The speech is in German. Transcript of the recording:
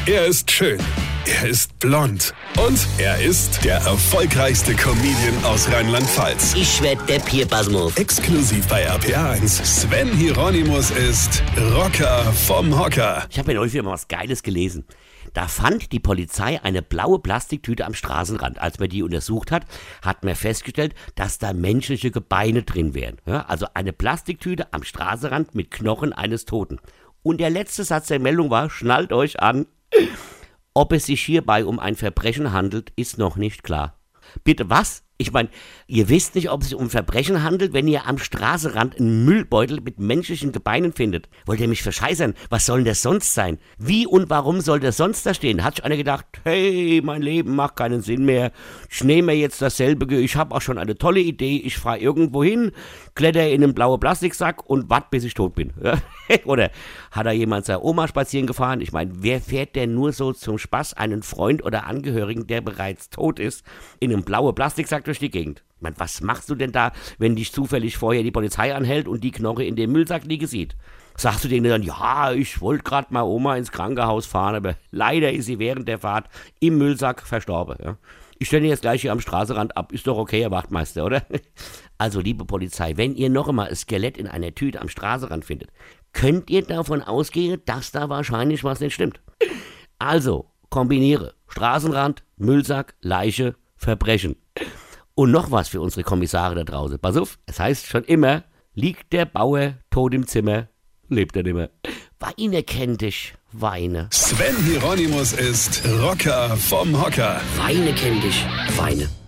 Er ist schön. Er ist blond. Und er ist der erfolgreichste Comedian aus Rheinland-Pfalz. Ich werd der Pierpasmus. Exklusiv bei RPA1. Sven Hieronymus ist Rocker vom Hocker. Ich habe ja neulich wieder mal was Geiles gelesen. Da fand die Polizei eine blaue Plastiktüte am Straßenrand. Als man die untersucht hat, hat man festgestellt, dass da menschliche Gebeine drin wären. Ja, also eine Plastiktüte am Straßenrand mit Knochen eines Toten. Und der letzte Satz der Meldung war, schnallt euch an, ob es sich hierbei um ein Verbrechen handelt, ist noch nicht klar. Bitte was? Ich meine, ihr wisst nicht, ob es sich um Verbrechen handelt, wenn ihr am Straßenrand einen Müllbeutel mit menschlichen Gebeinen findet. Wollt ihr mich verscheißern? Was soll denn das sonst sein? Wie und warum soll das sonst da stehen? Hat sich einer gedacht, hey, mein Leben macht keinen Sinn mehr. Ich nehme jetzt dasselbe, ich habe auch schon eine tolle Idee. Ich fahre irgendwo hin, kletter in einen blauen Plastiksack und warte, bis ich tot bin. Oder hat da jemand seine Oma spazieren gefahren? Ich meine, wer fährt denn nur so zum Spaß einen Freund oder Angehörigen, der bereits tot ist, in einen blauen Plastiksack durch die Gegend? Ich meine, was machst du denn da, wenn dich zufällig vorher die Polizei anhält und die Knoche in dem Müllsack liegen sieht? Sagst du denen dann, ja, ich wollte gerade mal Oma ins Krankenhaus fahren, aber leider ist sie während der Fahrt im Müllsack verstorben. Ja? Ich stelle jetzt gleich hier am Straßenrand ab, ist doch okay, Herr Wachtmeister, oder? Also, liebe Polizei, wenn ihr noch einmal ein Skelett in einer Tüte am Straßenrand findet, könnt ihr davon ausgehen, dass da wahrscheinlich was nicht stimmt. Also, kombiniere Straßenrand, Müllsack, Leiche, Verbrechen. Und noch was für unsere Kommissare da draußen. Pass auf, es heißt schon immer, liegt der Bauer tot im Zimmer, lebt er nimmer. Weine kennt dich, weine. Sven Hieronymus ist Rocker vom Hocker. Weine kennt dich, weine.